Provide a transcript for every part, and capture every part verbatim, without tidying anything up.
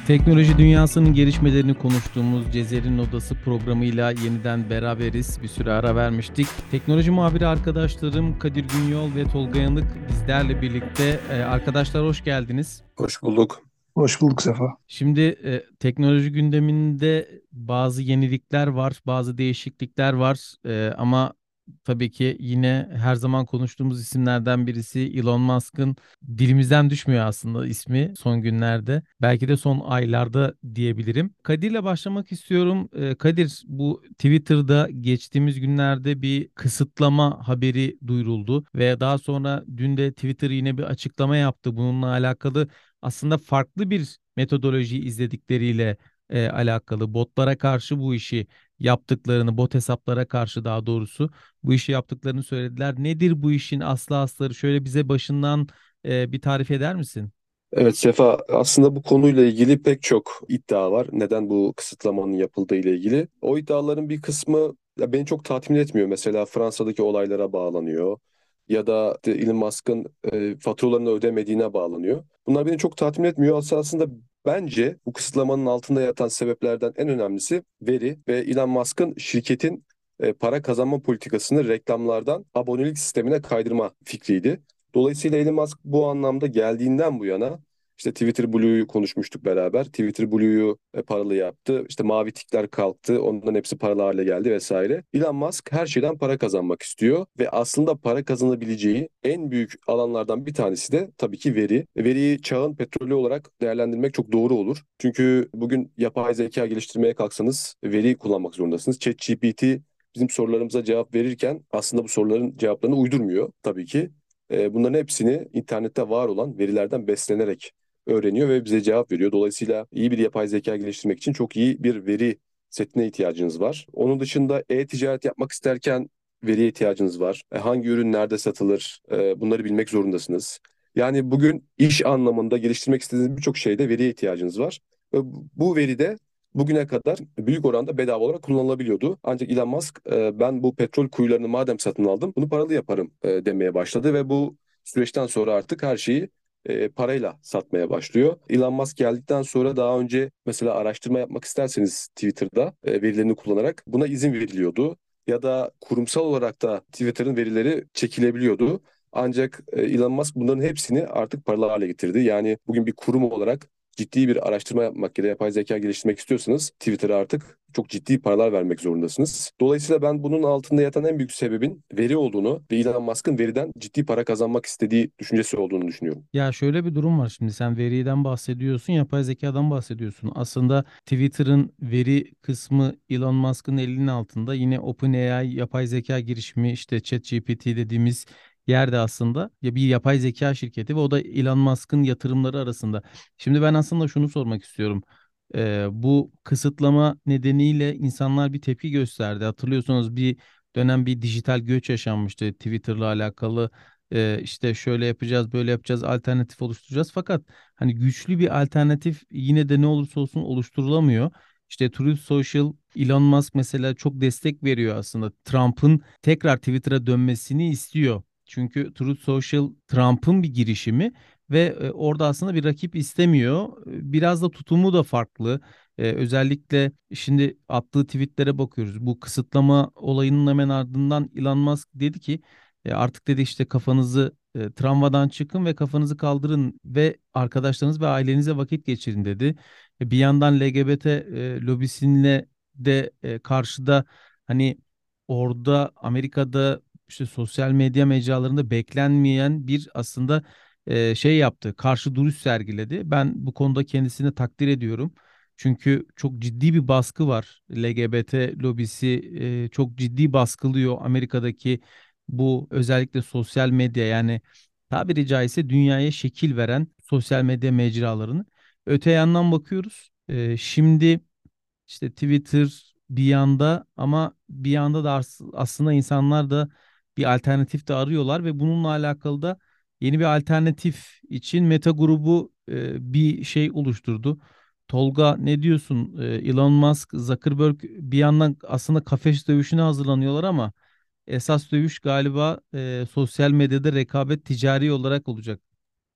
Teknoloji dünyasının gelişmelerini konuştuğumuz Cezer'in Odası programıyla yeniden beraberiz. Bir süre ara vermiştik. Teknoloji muhabiri arkadaşlarım Kadir Günyol ve Tolga Yanık bizlerle birlikte. Ee, arkadaşlar hoş geldiniz. Hoş bulduk. Hoş bulduk Sefa. Şimdi e, teknoloji gündeminde bazı yenilikler var, bazı değişiklikler var. E, ama tabii ki yine her zaman konuştuğumuz isimlerden birisi Elon Musk'ın dilimizden düşmüyor aslında ismi son günlerde. Belki de son aylarda diyebilirim. Kadir'le başlamak istiyorum. E, Kadir, bu Twitter'da geçtiğimiz günlerde bir kısıtlama haberi duyuruldu ve daha sonra dün de Twitter yine bir açıklama yaptı bununla alakalı, aslında farklı bir metodoloji izledikleriyle e, alakalı, botlara karşı bu işi yaptıklarını, bot hesaplara karşı daha doğrusu bu işi yaptıklarını söylediler. Nedir bu işin aslı astarı? Şöyle bize başından e, bir tarif eder misin? Evet Sefa, aslında bu konuyla ilgili pek çok iddia var. Neden bu kısıtlamanın yapıldığı ile ilgili. O iddiaların bir kısmı ya beni çok tatmin etmiyor. Mesela Fransa'daki olaylara bağlanıyor. Ya da işte Elon Musk'ın e, faturalarını ödemediğine bağlanıyor. Bunlar beni çok tatmin etmiyor. Aslında bence bu kısıtlamanın altında yatan sebeplerden en önemlisi veri ve Elon Musk'ın şirketin e, para kazanma politikasını reklamlardan abonelik sistemine kaydırma fikriydi. Dolayısıyla Elon Musk bu anlamda geldiğinden bu yana işte Twitter Blue'yu konuşmuştuk beraber. Twitter Blue'yu e, paralı yaptı. İşte mavi tikler kalktı. Onların hepsi paralı hale geldi vesaire. Elon Musk her şeyden para kazanmak istiyor ve aslında para kazanabileceği en büyük alanlardan bir tanesi de tabii ki veri. E, Veriyi çağın petrolü olarak değerlendirmek çok doğru olur. Çünkü bugün yapay zeka geliştirmeye kalksanız veriyi kullanmak zorundasınız. ChatGPT bizim sorularımıza cevap verirken aslında bu soruların cevaplarını uydurmuyor tabii ki. E, bunların hepsini internette var olan verilerden beslenerek öğreniyor ve bize cevap veriyor. Dolayısıyla iyi bir yapay zeka geliştirmek için çok iyi bir veri setine ihtiyacınız var. Onun dışında e-ticaret yapmak isterken veriye ihtiyacınız var. E, hangi ürün nerede satılır? E, bunları bilmek zorundasınız. Yani bugün iş anlamında geliştirmek istediğiniz birçok şeyde veriye ihtiyacınız var. Ve bu veri de bugüne kadar büyük oranda bedava olarak kullanılabiliyordu. Ancak Elon Musk e, ben bu petrol kuyularını madem satın aldım bunu paralı yaparım e, demeye başladı ve bu süreçten sonra artık her şeyi e, parayla satmaya başlıyor. Elon Musk geldikten sonra daha önce mesela araştırma yapmak isterseniz Twitter'da e, verilerini kullanarak buna izin veriliyordu. Ya da kurumsal olarak da Twitter'ın verileri çekilebiliyordu. Ancak e, Elon Musk bunların hepsini artık paralı hale getirdi. Yani bugün bir kurum olarak ciddi bir araştırma yapmak ya da yapay zeka geliştirmek istiyorsanız Twitter'a artık çok ciddi paralar vermek zorundasınız. Dolayısıyla ben bunun altında yatan en büyük sebebin veri olduğunu ve Elon Musk'ın veriden ciddi para kazanmak istediği düşüncesi olduğunu düşünüyorum. Ya şöyle bir durum var, şimdi sen veriden bahsediyorsun, yapay zekadan bahsediyorsun. Aslında Twitter'ın veri kısmı Elon Musk'ın elinin altında. Yine OpenAI yapay zeka girişimi, işte ChatGPT dediğimiz yerde aslında ya bir yapay zeka şirketi ve o da Elon Musk'ın yatırımları arasında. Şimdi ben aslında şunu sormak istiyorum. Ee, bu kısıtlama nedeniyle insanlar bir tepki gösterdi. Hatırlıyorsunuz, bir dönem bir dijital göç yaşanmıştı Twitter'la alakalı. Ee, işte şöyle yapacağız, böyle yapacağız, alternatif oluşturacağız. Fakat hani güçlü bir alternatif yine de ne olursa olsun oluşturulamıyor. İşte Truth Social, Elon Musk mesela çok destek veriyor aslında. Trump'ın tekrar Twitter'a dönmesini istiyor. Çünkü Truth Social Trump'ın bir girişimi ve e, orada aslında bir rakip istemiyor. E, Biraz da tutumu da farklı. E, özellikle şimdi attığı tweetlere bakıyoruz. Bu kısıtlama olayının hemen ardından Elon Musk dedi ki e, artık dedi işte kafanızı e, travmadan çıkın ve kafanızı kaldırın ve arkadaşlarınız ve ailenize vakit geçirin dedi. E, bir yandan L G B T e, lobisine de e, karşıda, hani orada Amerika'da işte sosyal medya mecralarında beklenmeyen bir aslında e, şey yaptı. Karşı duruş sergiledi. Ben bu konuda kendisini takdir ediyorum. Çünkü çok ciddi bir baskı var. L G B T lobisi e, çok ciddi baskılıyor Amerika'daki bu özellikle sosyal medya, yani tabiri caizse dünyaya şekil veren sosyal medya mecralarını. Öte yandan bakıyoruz. E, şimdi işte Twitter bir yanda ama bir yanda da as- aslında insanlar da bir alternatif de arıyorlar ve bununla alakalı da yeni bir alternatif için Meta grubu e, bir şey oluşturdu. Tolga, ne diyorsun? E, Elon Musk, Zuckerberg bir yandan aslında kafes dövüşüne hazırlanıyorlar ama esas dövüş galiba e, sosyal medyada rekabet ticari olarak olacak.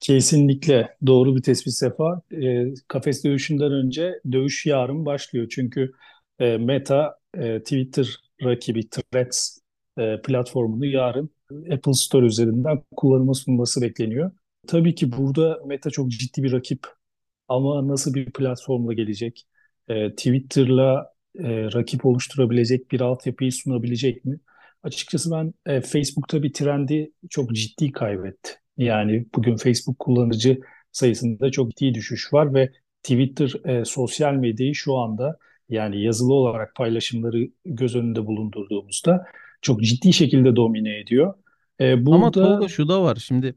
Kesinlikle doğru bir tespit Sefa. E, kafes dövüşünden önce dövüş yarın başlıyor. Çünkü e, Meta e, Twitter rakibi Threads e, platformunu yarın Apple Store üzerinden kullanıma sunması bekleniyor. Tabii ki burada Meta çok ciddi bir rakip ama nasıl bir platformla gelecek? E, Twitter'la e, rakip oluşturabilecek bir altyapıyı sunabilecek mi? Açıkçası ben e, Facebook tabii trendi çok ciddi kaybetti. Yani bugün Facebook kullanıcı sayısında çok ciddi düşüş var ve Twitter e, sosyal medyayı şu anda yani yazılı olarak paylaşımları göz önünde bulundurduğumuzda çok ciddi şekilde domine ediyor. E, Ama burada Tolga şu da var. Şimdi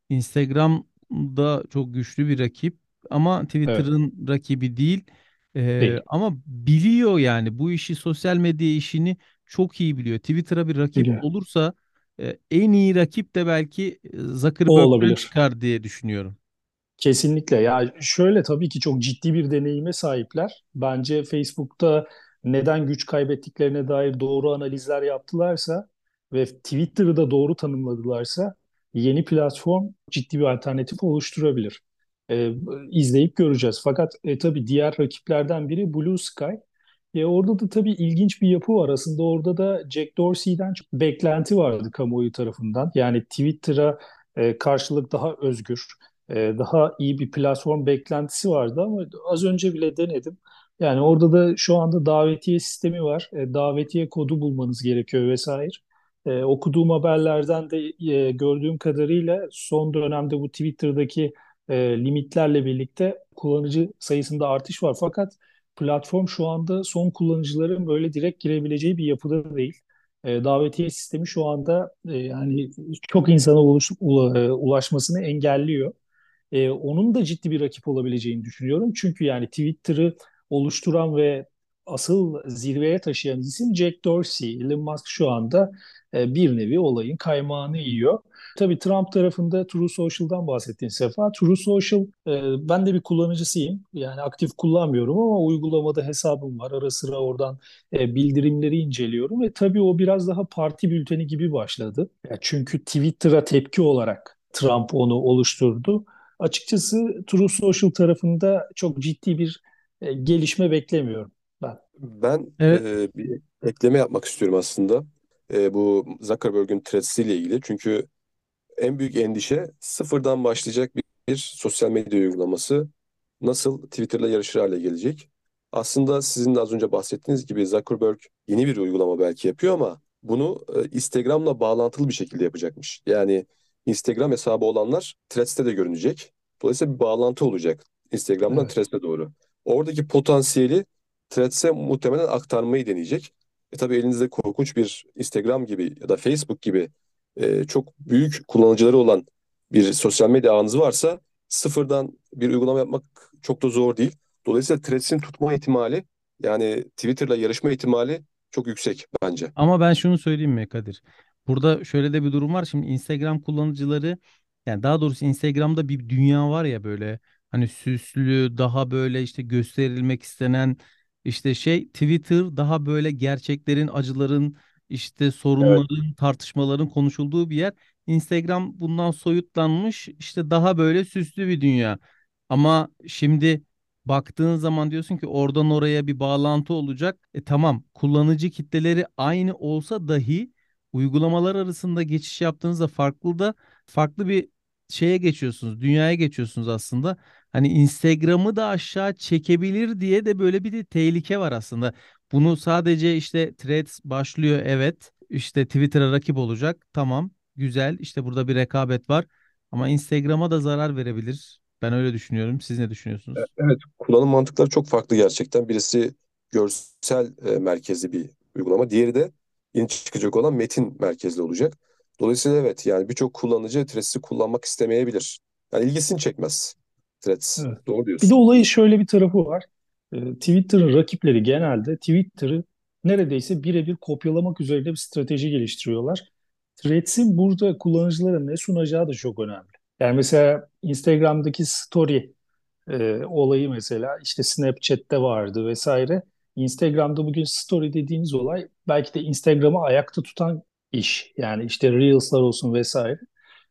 Instagram'da çok güçlü bir rakip ama evet Twitter'ın rakibi değil. Ee, değil. ama biliyor yani bu işi, sosyal medya işini çok iyi biliyor. Twitter'a bir rakip Biliyor. olursa e, en iyi rakip de belki e, O Zuckerberg'den olabilir. çıkar diye düşünüyorum. Kesinlikle. Ya şöyle tabii ki çok ciddi bir deneyime sahipler. Bence Facebook'ta neden güç kaybettiklerine dair doğru analizler yaptılarsa ve Twitter'ı da doğru tanımladılarsa yeni platform ciddi bir alternatif oluşturabilir. Ee, izleyip göreceğiz. Fakat e, tabii diğer rakiplerden biri Blue Sky. E, orada da tabii ilginç bir yapı var. Aslında orada da Jack Dorsey'den çok beklenti vardı kamuoyu tarafından. Yani Twitter'a e, karşılık daha özgür, e, daha iyi bir platform beklentisi vardı ama az önce bile denedim. Yani orada da şu anda davetiye sistemi var. E, davetiye kodu bulmanız gerekiyor vesaire. E, okuduğum haberlerden de e, gördüğüm kadarıyla son dönemde bu Twitter'daki e, limitlerle birlikte kullanıcı sayısında artış var. Fakat platform şu anda son kullanıcıların böyle direkt girebileceği bir yapıda değil. E, davetiye sistemi şu anda e, yani çok insana uluş, ula- e, ulaşmasını engelliyor. E, onun da ciddi bir rakip olabileceğini düşünüyorum. Çünkü yani Twitter'ı oluşturan ve asıl zirveye taşıyan isim Jack Dorsey. Elon Musk şu anda e, bir nevi olayın kaymağını yiyor. Tabii Trump tarafında True Social'dan bahsettiğin Sefa. True Social e, ben de bir kullanıcısıyım. Yani aktif kullanmıyorum ama uygulamada hesabım var. Ara sıra oradan e, bildirimleri inceliyorum ve tabii o biraz daha parti bülteni gibi başladı. Ya çünkü Twitter'a tepki olarak Trump onu oluşturdu. Açıkçası True Social tarafında çok ciddi bir e, gelişme beklemiyorum ben. Ben Evet. e, bir ekleme yapmak istiyorum aslında. E, bu Zuckerberg'ün Threads ile ilgili. Çünkü en büyük endişe sıfırdan başlayacak bir, bir sosyal medya uygulaması nasıl Twitter'la yarışır hale gelecek. Aslında sizin de az önce bahsettiğiniz gibi Zuckerberg yeni bir uygulama belki yapıyor ama bunu e, Instagram'la bağlantılı bir şekilde yapacakmış. Yani Instagram hesabı olanlar Threads'te de görünecek. Dolayısıyla bir bağlantı olacak Instagram'dan Evet. Threads'e doğru. Oradaki potansiyeli Threads'e muhtemelen aktarmayı deneyecek. E tabii elinizde korkunç bir Instagram gibi ya da Facebook gibi e, çok büyük kullanıcıları olan bir sosyal medya ağınız varsa sıfırdan bir uygulama yapmak çok da zor değil. Dolayısıyla Threads'in tutma ihtimali yani Twitter'la yarışma ihtimali çok yüksek bence. Ama ben şunu söyleyeyim mi Kadir? Burada şöyle de bir durum var. Şimdi Instagram kullanıcıları, yani daha doğrusu Instagram'da bir dünya var ya, böyle hani süslü, daha böyle işte gösterilmek istenen, işte şey, Twitter daha böyle gerçeklerin, acıların, işte Evet. sorunların, tartışmaların konuşulduğu bir yer. Instagram bundan soyutlanmış, işte daha böyle süslü bir dünya. Ama şimdi baktığın zaman diyorsun ki oradan oraya bir bağlantı olacak. E tamam, kullanıcı kitleleri aynı olsa dahi uygulamalar arasında geçiş yaptığınızda farklı da farklı bir şeye geçiyorsunuz. Dünyaya geçiyorsunuz aslında. Hani Instagram'ı da aşağı çekebilir diye de böyle bir de tehlike var aslında. Bunu sadece işte Threads başlıyor, evet. İşte Twitter'a rakip olacak. Tamam, güzel. İşte burada bir rekabet var. Ama Instagram'a da zarar verebilir. Ben öyle düşünüyorum. Siz ne E- düşünüyorsunuz? Evet, kullanım mantıkları çok farklı gerçekten. Birisi görsel e, merkezli bir uygulama, diğeri de yeni çıkacak olan metin merkezli olacak. Dolayısıyla evet yani birçok kullanıcı Threads'i kullanmak istemeyebilir. Yani ilgisini çekmez Threads. Evet. Doğru Bir de diyorsun. olayın şöyle bir tarafı var. Ee, Twitter'ın rakipleri genelde Twitter'ı neredeyse birebir kopyalamak üzerine bir strateji geliştiriyorlar. Threads'in burada kullanıcılara ne sunacağı da çok önemli. Yani mesela Instagram'daki story e, olayı mesela işte Snapchat'te vardı vesaire. Instagram'da bugün story dediğiniz olay belki de Instagram'ı ayakta tutan iş. Yani işte Reels'lar olsun vesaire.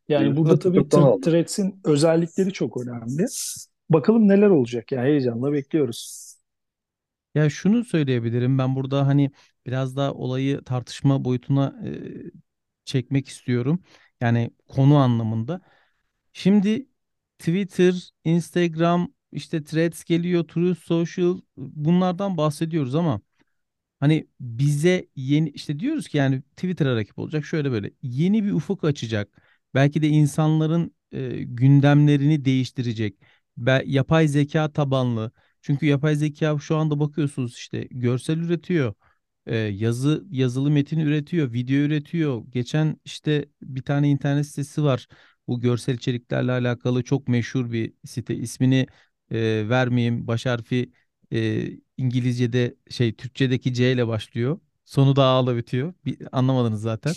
Yani burada Bunu tabii TikTok'tan Thr- aldım. Threads'in özellikleri çok önemli. Bakalım neler olacak ya, heyecanla bekliyoruz. Ya şunu söyleyebilirim ben burada hani biraz daha olayı tartışma boyutuna e, çekmek istiyorum. Yani konu anlamında. Şimdi Twitter, Instagram, işte Threads geliyor, Truth Social bunlardan bahsediyoruz ama hani bize yeni işte diyoruz ki yani Twitter'a rakip olacak şöyle böyle yeni bir ufuk açacak. Belki de insanların e, gündemlerini değiştirecek. Be- yapay zeka tabanlı. Çünkü yapay zeka şu anda bakıyorsunuz işte görsel üretiyor. e, yazı yazılı metin üretiyor, video üretiyor. Geçen işte bir tane internet sitesi var. Bu görsel içeriklerle alakalı çok meşhur bir site. İsmini e, vermeyeyim. Baş harfi e, İngilizce'de şey Türkçedeki C ile başlıyor. Sonu da A ile bitiyor. Bir, anlamadınız zaten.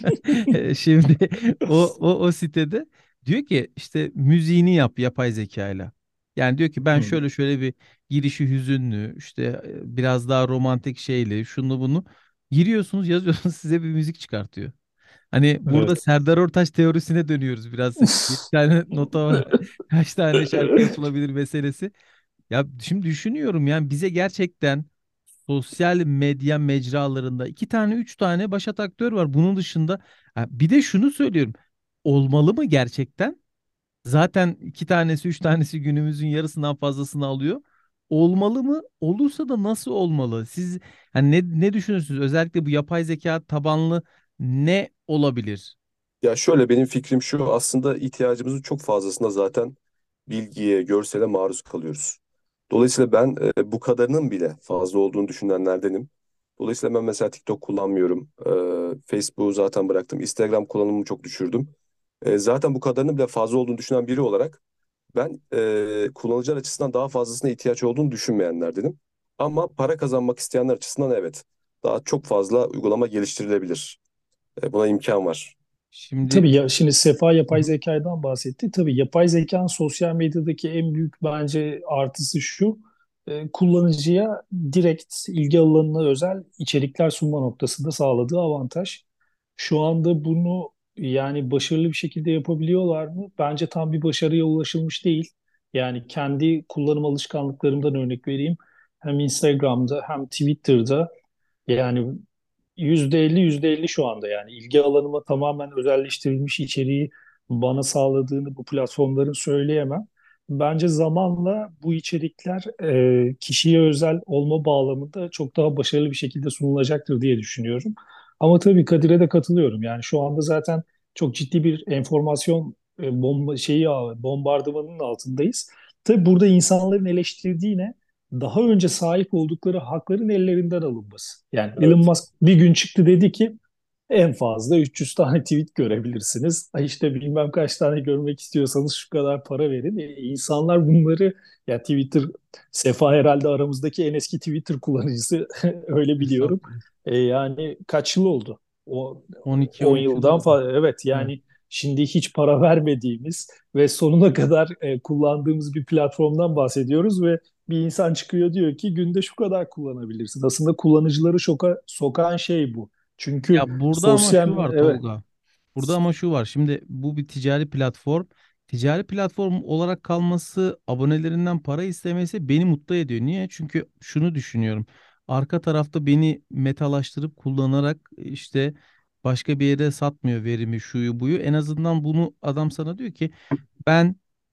Şimdi o, o o sitede diyor ki işte müziğini yap yapay zekayla. Yani diyor ki ben Hmm. şöyle şöyle bir girişi hüzünlü işte e, biraz daha romantik şeyli şunu bunu giriyorsunuz yazıyorsunuz size bir müzik çıkartıyor. Hani burada Evet. Serdar Ortaç teorisine dönüyoruz biraz. Bir tane nota kaç tane şarkı yapılabilir meselesi. Ya şimdi düşünüyorum yani bize gerçekten sosyal medya mecralarında iki tane üç tane başat aktör var. Bunun dışında ha, bir de şunu söylüyorum. Olmalı mı gerçekten? Zaten iki tanesi üç tanesi günümüzün yarısından fazlasını alıyor. Olmalı mı? Olursa da nasıl olmalı? Siz hani ne, ne düşünüyorsunuz? Özellikle bu yapay zeka tabanlı ne olabilir? Ya şöyle benim fikrim şu, aslında ihtiyacımızın çok fazlasında zaten bilgiye, görsele maruz kalıyoruz. Dolayısıyla ben e, bu kadarının bile fazla olduğunu düşünenlerdenim. Dolayısıyla ben mesela TikTok kullanmıyorum. E, Facebook'u zaten bıraktım. Instagram kullanımımı çok düşürdüm. E, zaten bu kadarının bile fazla olduğunu düşünen biri olarak ben e, kullanıcılar açısından daha fazlasına ihtiyaç olduğunu düşünmeyenlerdenim. Ama para kazanmak isteyenler açısından evet. Daha çok fazla uygulama geliştirilebilir. E, buna imkan var. Şimdi Tabii ya, şimdi Sefa Hı yapay hı. zekadan bahsetti. Tabii yapay zekanın sosyal medyadaki en büyük bence artısı şu. e, kullanıcıya direkt ilgi alanına özel içerikler sunma noktasında sağladığı avantaj. Şu anda bunu yani başarılı bir şekilde yapabiliyorlar mı? Bence tam bir başarıya ulaşılmış değil. Yani kendi kullanım alışkanlıklarımdan örnek vereyim. Hem Instagram'da hem Twitter'da yani yüzde elli yüzde elli şu anda, yani ilgi alanıma tamamen özelleştirilmiş içeriği bana sağladığını bu platformların söyleyemem. Bence zamanla bu içerikler e, kişiye özel olma bağlamında çok daha başarılı bir şekilde sunulacaktır diye düşünüyorum. Ama tabii Kadir'e de katılıyorum. Yani şu anda zaten çok ciddi bir enformasyon e, bomba şeyi bombardımanının altındayız. Tabii burada insanların eleştirdiği ne? Daha önce sahip oldukları hakların ellerinden alınması. Yani Elon Evet. Musk bir gün çıktı, dedi ki en fazla üç yüz tane tweet görebilirsiniz. Ay işte bilmem kaç tane görmek istiyorsanız şu kadar para verin. E, insanlar bunları, ya Twitter, Sefa herhalde aramızdaki en eski Twitter kullanıcısı öyle biliyorum. Estağfurullah. E, yani kaç yıl oldu? O on on iki on üç yıl yıldan oldu. fazla. Evet, Evet. yani şimdi hiç para vermediğimiz ve sonuna kadar e, kullandığımız bir platformdan bahsediyoruz ve bir insan çıkıyor diyor ki günde şu kadar kullanabilirsin. Aslında kullanıcıları şoka sokan şey bu. Çünkü Ya burada ama sosyal, şu var evet, Tolga. Burada ama şu var. Şimdi bu bir ticari platform. Ticari platform olarak kalması, abonelerinden para istemesi beni mutlu ediyor. Niye? Çünkü şunu düşünüyorum. Arka tarafta beni metalaştırıp kullanarak işte başka bir yere satmıyor verimi, şuyu buyu. En azından bunu adam sana diyor ki ben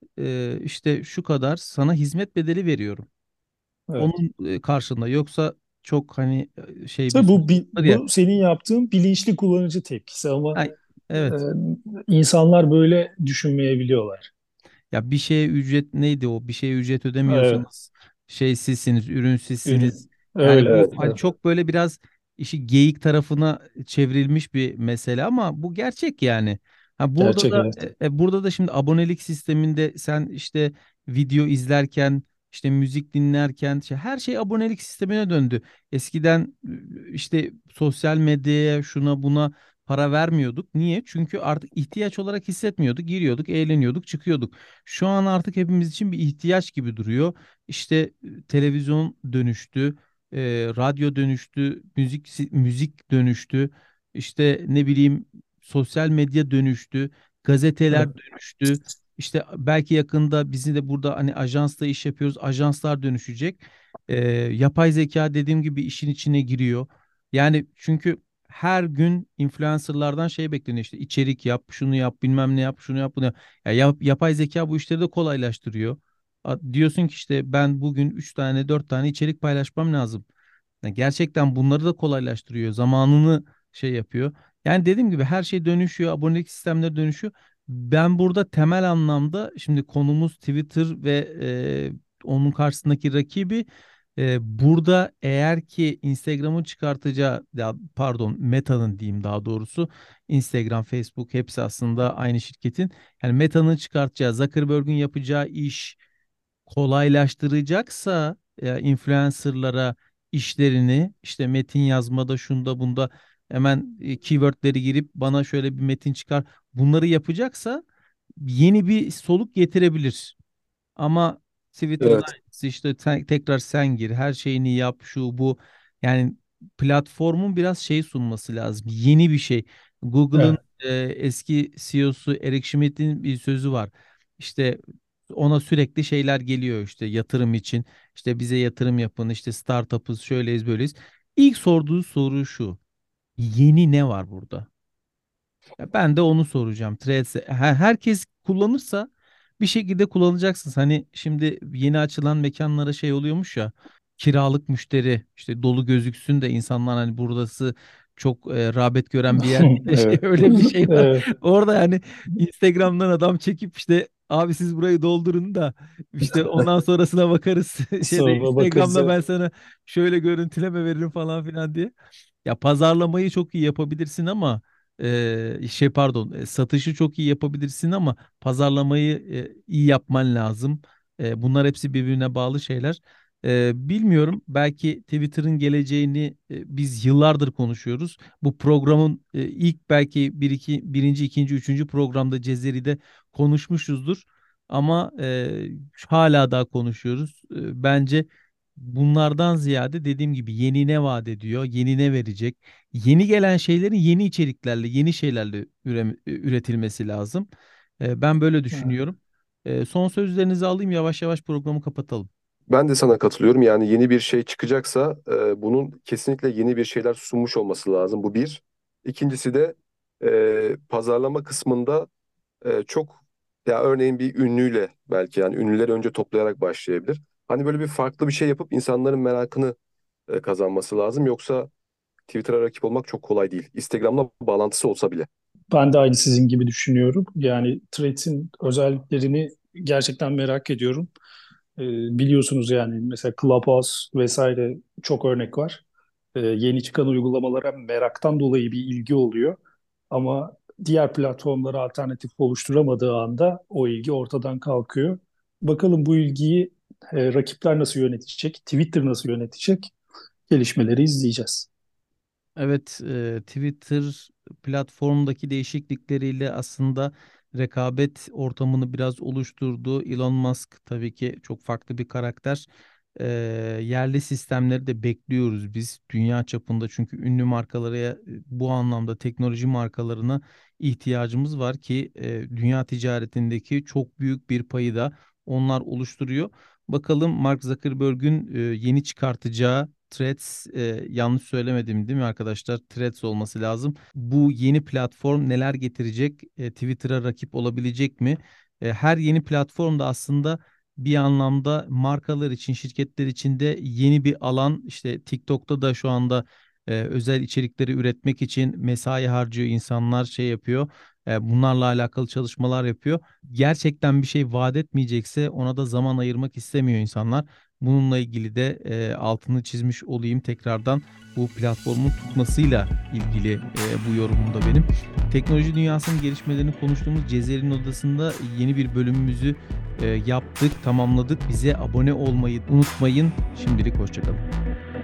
e, işte şu kadar sana hizmet bedeli veriyorum. evet. Onun e, karşında yoksa çok hani e, şey bir Tabii söz bu bi- var ya. bu senin yaptığın bilinçli kullanıcı tepkisi ama Ay, e, evet. insanlar böyle düşünmeyebiliyorlar. Ya bir şeye ücret neydi o? Bir şeye ücret Evet, ödemiyorsanız şey sizsiniz, ürün sizsiniz. ürün. Yani Öyle. bu Evet, hani evet. çok böyle biraz işi geyik tarafına çevrilmiş bir mesele ama bu gerçek yani. Ha burada Gerçek, da evet. e, e, burada da şimdi abonelik sisteminde sen işte video izlerken, işte müzik dinlerken işte her şey abonelik sistemine döndü. Eskiden e, işte sosyal medyaya şuna buna para vermiyorduk. Niye? Çünkü artık ihtiyaç olarak hissetmiyorduk. Giriyorduk, eğleniyorduk, çıkıyorduk. Şu an artık hepimiz için bir ihtiyaç gibi duruyor. İşte e, televizyon dönüştü, e, radyo dönüştü, müzik müzik dönüştü. İşte ne bileyim sosyal medya dönüştü. Gazeteler Evet. dönüştü. İşte belki yakında bizi de burada hani ajansla iş yapıyoruz. Ajanslar dönüşecek. Ee, yapay zeka dediğim gibi işin içine giriyor. Yani çünkü her gün influencerlardan şey bekleniyor, işte içerik yap, şunu yap, bilmem ne yap, şunu yap, bunu yap. Ya yap- yapay zeka bu işleri de kolaylaştırıyor. A- Diyorsun ki işte ben bugün üç tane dört tane içerik paylaşmam lazım. Yani gerçekten bunları da kolaylaştırıyor. Zamanını şey yapıyor. Yani dediğim gibi her şey dönüşüyor. Abonelik sistemleri dönüşüyor. Ben burada temel anlamda şimdi konumuz Twitter ve e, onun karşısındaki rakibi. E, burada eğer ki Instagram'ın çıkartacağı, ya pardon, Meta'nın diyeyim daha doğrusu, Instagram, Facebook hepsi aslında aynı şirketin. Yani Meta'nın çıkartacağı, Zuckerberg'ün yapacağı iş kolaylaştıracaksa e, influencerlara işlerini, işte metin yazmada, şunda bunda hemen e, keywordleri girip bana şöyle bir metin çıkar, bunları yapacaksa yeni bir soluk getirebilir. Ama Twitter'da Evet. aynısı, işte te- tekrar sen gir, her şeyini yap, şu bu. Yani platformun biraz şey sunması lazım. Yeni bir şey. Google'ın Evet. e, eski C E O'su Eric Schmidt'in bir sözü var. İşte ona sürekli şeyler geliyor, işte yatırım için. İşte bize yatırım yapın, işte startup'ız, şöyleyiz, böyleyiz. İlk sorduğu soru şu: yeni ne var burada? Ya ben de onu soracağım. Threads, her- herkes kullanırsa bir şekilde kullanacaksınız. Hani şimdi yeni açılan mekanlara şey oluyormuş ya, kiralık müşteri işte dolu gözüksün de insanlar hani burası çok e, rağbet gören bir yer diye şey, Evet. öyle bir şey var. Evet. Orada yani Instagram'dan adam çekip işte abi siz burayı doldurun da işte ondan sonrasına bakarız. Şeyde Sonra bakarız. Instagram'da ben sana şöyle görüntüleme veririm falan filan diye. Ya pazarlamayı çok iyi yapabilirsin ama e, şey pardon, e, satışı çok iyi yapabilirsin ama pazarlamayı e, iyi yapman lazım. E, bunlar hepsi birbirine bağlı şeyler. E, bilmiyorum, belki Twitter'ın geleceğini e, biz yıllardır konuşuyoruz. Bu programın e, ilk belki bir iki birinci, ikinci, üçüncü programda Cezeri'de konuşmuşuzdur. Ama e, hala daha konuşuyoruz. E, bence bunlardan ziyade dediğim gibi yeni ne vaat ediyor, yeni ne verecek, yeni gelen şeylerin yeni içeriklerle, yeni şeylerle üre- üretilmesi lazım. E, ben böyle Evet. düşünüyorum. E, son sözlerinizi alayım, yavaş yavaş programı kapatalım. Ben de sana katılıyorum. Yani yeni bir şey çıkacaksa e, bunun kesinlikle yeni bir şeyler sunmuş olması lazım. Bu bir. İkincisi de e, pazarlama kısmında e, çok, ya örneğin bir ünlüyle, belki yani ünlüleri önce toplayarak başlayabilir. Hani böyle bir farklı bir şey yapıp insanların merakını e, kazanması lazım. Yoksa Twitter'a rakip olmak çok kolay değil. Instagram'la bağlantısı olsa bile. Ben de aynı sizin gibi düşünüyorum. Yani Threads'in özelliklerini gerçekten merak ediyorum. Ee, biliyorsunuz yani mesela Clubhouse vesaire çok örnek var. Ee, yeni çıkan uygulamalara meraktan dolayı bir ilgi oluyor. Ama diğer platformlara alternatif oluşturamadığı anda o ilgi ortadan kalkıyor. Bakalım bu ilgiyi e, rakipler nasıl yönetecek, Twitter nasıl yönetecek? Gelişmeleri izleyeceğiz. Evet, e, Twitter platformdaki değişiklikleriyle aslında rekabet ortamını biraz oluşturdu. Elon Musk tabii ki çok farklı bir karakter. E, Yerli sistemleri de bekliyoruz biz dünya çapında, çünkü ünlü markalara e, bu anlamda teknoloji markalarına ihtiyacımız var ki e, dünya ticaretindeki çok büyük bir payı da onlar oluşturuyor. Bakalım Mark Zuckerberg'ün e, yeni çıkartacağı Threads, e, yanlış söylemedim değil mi arkadaşlar? Threads olması lazım. Bu yeni platform neler getirecek? E, Twitter'a rakip olabilecek mi? E, her yeni platform da aslında bir anlamda markalar için, şirketler için de yeni bir alan. İşte TikTok'ta da şu anda e, özel içerikleri üretmek için mesai harcıyor insanlar, şey yapıyor. E, bunlarla alakalı çalışmalar yapıyor. Gerçekten bir şey vaat etmeyecekse ona da zaman ayırmak istemiyor insanlar. Bununla ilgili de e, altını çizmiş olayım tekrardan, bu platformun tutmasıyla ilgili e, bu yorumum da benim. Teknoloji dünyasının gelişmelerini konuştuğumuz Cezer'in Odası'nda yeni bir bölümümüzü e, yaptık, tamamladık. Bize abone olmayı unutmayın. Şimdilik hoşçakalın.